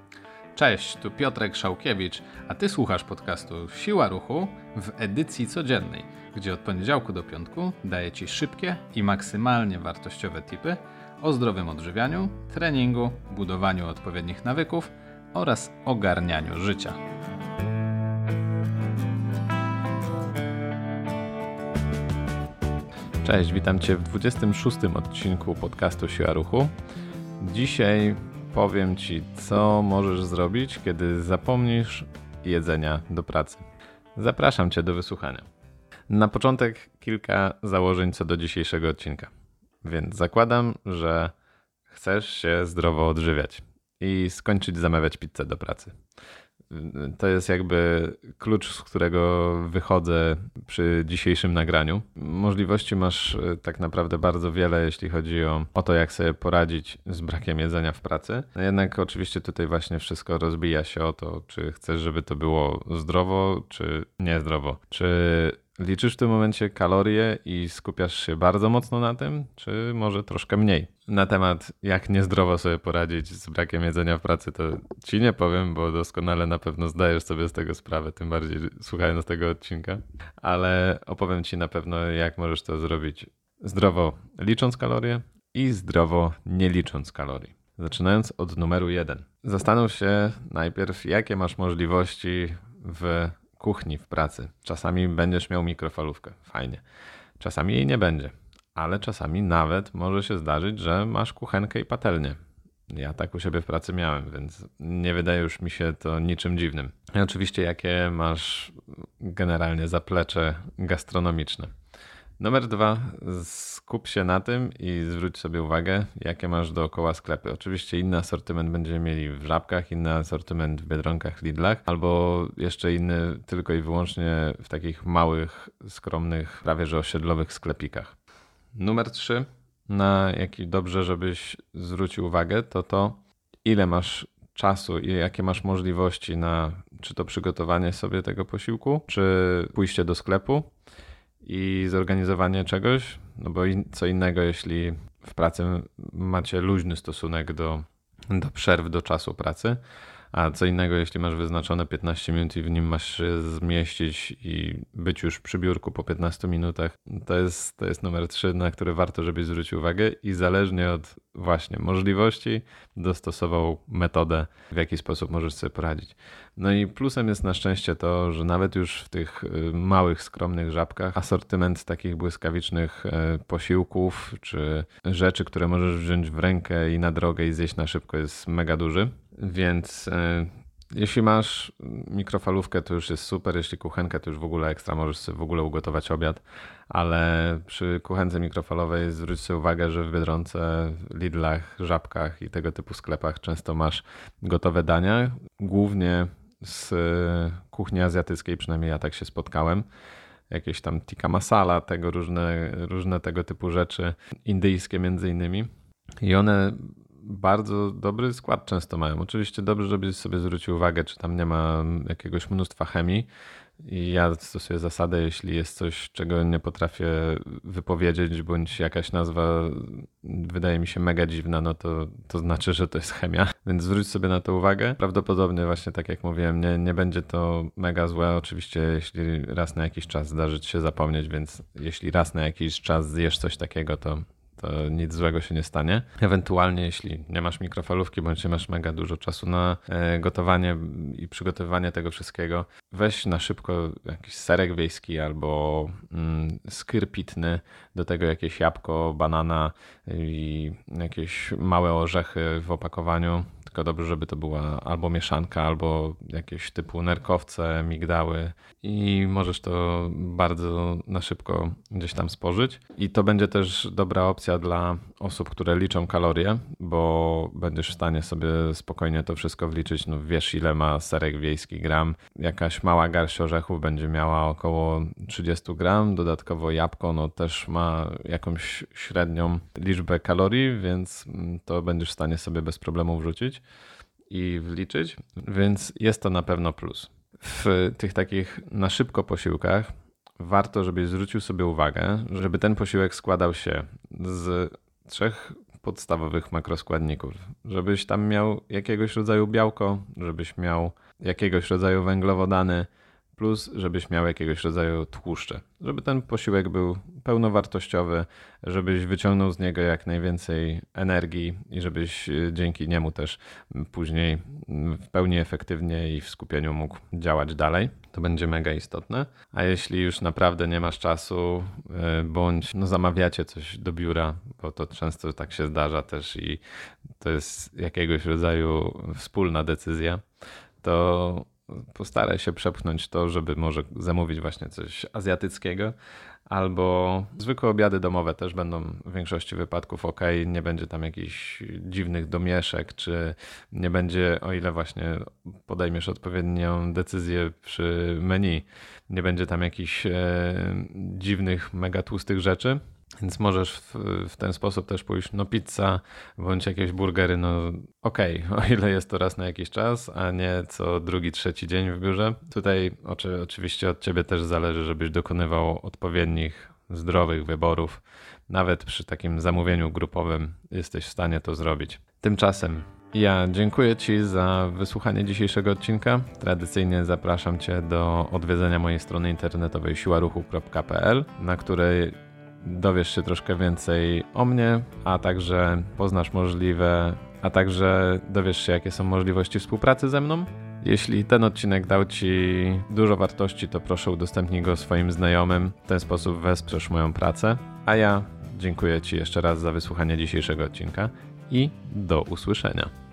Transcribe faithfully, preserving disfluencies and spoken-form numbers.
Cześć, tu Piotrek Szałkiewicz, a Ty słuchasz podcastu Siła Ruchu w edycji codziennej, gdzie od poniedziałku do piątku daję Ci szybkie i maksymalnie wartościowe tipy o zdrowym odżywianiu, treningu, budowaniu odpowiednich nawyków oraz ogarnianiu życia. Cześć, witam Cię w dwudziestym szóstym odcinku podcastu Siła Ruchu. Dzisiaj powiem Ci, co możesz zrobić, kiedy zapomnisz jedzenia do pracy. Zapraszam Cię do wysłuchania. Na początek kilka założeń co do dzisiejszego odcinka. Więc zakładam, że chcesz się zdrowo odżywiać i skończyć zamawiać pizzę do pracy. To jest jakby klucz, z którego wychodzę przy dzisiejszym nagraniu. Możliwości masz tak naprawdę bardzo wiele, jeśli chodzi o, o to, jak sobie poradzić z brakiem jedzenia w pracy. Jednak oczywiście tutaj właśnie wszystko rozbija się o to, czy chcesz, żeby to było zdrowo, czy niezdrowo. Czy liczysz w tym momencie kalorie i skupiasz się bardzo mocno na tym, czy może troszkę mniej? Na temat, jak niezdrowo sobie poradzić z brakiem jedzenia w pracy, to Ci nie powiem, bo doskonale na pewno zdajesz sobie z tego sprawę, tym bardziej słuchając tego odcinka. Ale opowiem Ci na pewno, jak możesz to zrobić zdrowo licząc kalorie i zdrowo nie licząc kalorii. Zaczynając od numeru jeden. Zastanów się najpierw, jakie masz możliwości w kuchni, w pracy. Czasami będziesz miał mikrofalówkę, fajnie. Czasami jej nie będzie, ale czasami nawet może się zdarzyć, że masz kuchenkę i patelnię. Ja tak u siebie w pracy miałem, więc nie wydaje już mi się to niczym dziwnym. I oczywiście jakie masz generalnie zaplecze gastronomiczne. Numer dwa, skup się na tym i zwróć sobie uwagę, jakie masz dookoła sklepy. Oczywiście inny asortyment będziemy mieli w Żabkach, inny asortyment w Biedronkach, Lidlach, albo jeszcze inny tylko i wyłącznie w takich małych, skromnych, prawie że osiedlowych sklepikach. Numer trzy, na jaki dobrze, żebyś zwrócił uwagę, to to, ile masz czasu i jakie masz możliwości na czy to przygotowanie sobie tego posiłku, czy pójście do sklepu i zorganizowanie czegoś, no bo co innego, jeśli w pracy macie luźny stosunek do, do przerw, do czasu pracy, a co innego, jeśli masz wyznaczone piętnaście minut i w nim masz się zmieścić i być już przy biurku po piętnastu minutach, to jest, to jest numer trzy, na który warto, żebyś zwrócił uwagę i zależnie od właśnie możliwości dostosował metodę, w jaki sposób możesz sobie poradzić. No i plusem jest na szczęście to, że nawet już w tych małych, skromnych Żabkach asortyment takich błyskawicznych posiłków czy rzeczy, które możesz wziąć w rękę i na drogę i zjeść na szybko, jest mega duży. Więc e, jeśli masz mikrofalówkę, to już jest super, jeśli kuchenkę, to już w ogóle ekstra, możesz sobie w ogóle ugotować obiad, ale przy kuchence mikrofalowej zwróć sobie uwagę, że w Biedronce, Lidlach, Żabkach i tego typu sklepach często masz gotowe dania, głównie z kuchni azjatyckiej, przynajmniej ja tak się spotkałem. Jakieś tam tikka masala, tego różne, różne tego typu rzeczy, indyjskie między innymi i one bardzo dobry skład często mają. Oczywiście dobrze, żebyś sobie zwrócił uwagę, czy tam nie ma jakiegoś mnóstwa chemii. I ja stosuję zasadę, jeśli jest coś, czego nie potrafię wypowiedzieć, bądź jakaś nazwa wydaje mi się mega dziwna, no to, to znaczy, że to jest chemia. Więc zwróć sobie na to uwagę. Prawdopodobnie właśnie tak jak mówiłem, nie, nie będzie to mega złe. Oczywiście jeśli raz na jakiś czas zdarzy ci się zapomnieć, więc jeśli raz na jakiś czas zjesz coś takiego, to to nic złego się nie stanie. Ewentualnie jeśli nie masz mikrofalówki, bądź nie masz mega dużo czasu na gotowanie i przygotowywanie tego wszystkiego, weź na szybko jakiś serek wiejski albo mm, skyr pitny, do tego jakieś jabłko, banana i jakieś małe orzechy w opakowaniu. Tylko dobrze, żeby to była albo mieszanka, albo jakieś typu nerkowce, migdały i możesz to bardzo na szybko gdzieś tam spożyć. I to będzie też dobra opcja dla osób, które liczą kalorie, bo będziesz w stanie sobie spokojnie to wszystko wliczyć. No wiesz, ile ma serek wiejski gram. Jakaś mała garść orzechów będzie miała około trzydzieści gram. Dodatkowo jabłko no też ma jakąś średnią liczbę kalorii, więc to będziesz w stanie sobie bez problemu wrzucić i wliczyć, więc jest to na pewno plus. W tych takich na szybko posiłkach warto, żebyś zwrócił sobie uwagę, żeby ten posiłek składał się z trzech podstawowych makroskładników. Żebyś tam miał jakiegoś rodzaju białko, żebyś miał jakiegoś rodzaju węglowodany, plus żebyś miał jakiegoś rodzaju tłuszcze. Żeby ten posiłek był pełnowartościowy, żebyś wyciągnął z niego jak najwięcej energii i żebyś dzięki niemu też później w pełni efektywnie i w skupieniu mógł działać dalej. To będzie mega istotne. A jeśli już naprawdę nie masz czasu, bądź no zamawiacie coś do biura, bo to często tak się zdarza też i to jest jakiegoś rodzaju wspólna decyzja, to postaraj się przepchnąć to, żeby może zamówić właśnie coś azjatyckiego, albo zwykłe obiady domowe też będą w większości wypadków ok, nie będzie tam jakichś dziwnych domieszek, czy nie będzie, o ile właśnie podejmiesz odpowiednią decyzję przy menu, nie będzie tam jakichś e, dziwnych, mega tłustych rzeczy. Więc możesz w, w ten sposób też pójść, no pizza bądź jakieś burgery, no okej, okay, o ile jest to raz na jakiś czas, a nie co drugi, trzeci dzień w biurze. Tutaj oczy, oczywiście od ciebie też zależy, żebyś dokonywał odpowiednich, zdrowych wyborów. Nawet przy takim zamówieniu grupowym jesteś w stanie to zrobić. Tymczasem ja dziękuję Ci za wysłuchanie dzisiejszego odcinka. Tradycyjnie zapraszam Cię do odwiedzenia mojej strony internetowej siła ruchu kropka p l, na której dowiesz się troszkę więcej o mnie, a także poznasz możliwe, a także dowiesz się, jakie są możliwości współpracy ze mną. Jeśli ten odcinek dał Ci dużo wartości, to proszę udostępnij go swoim znajomym. W ten sposób wesprzesz moją pracę. A ja dziękuję Ci jeszcze raz za wysłuchanie dzisiejszego odcinka i do usłyszenia.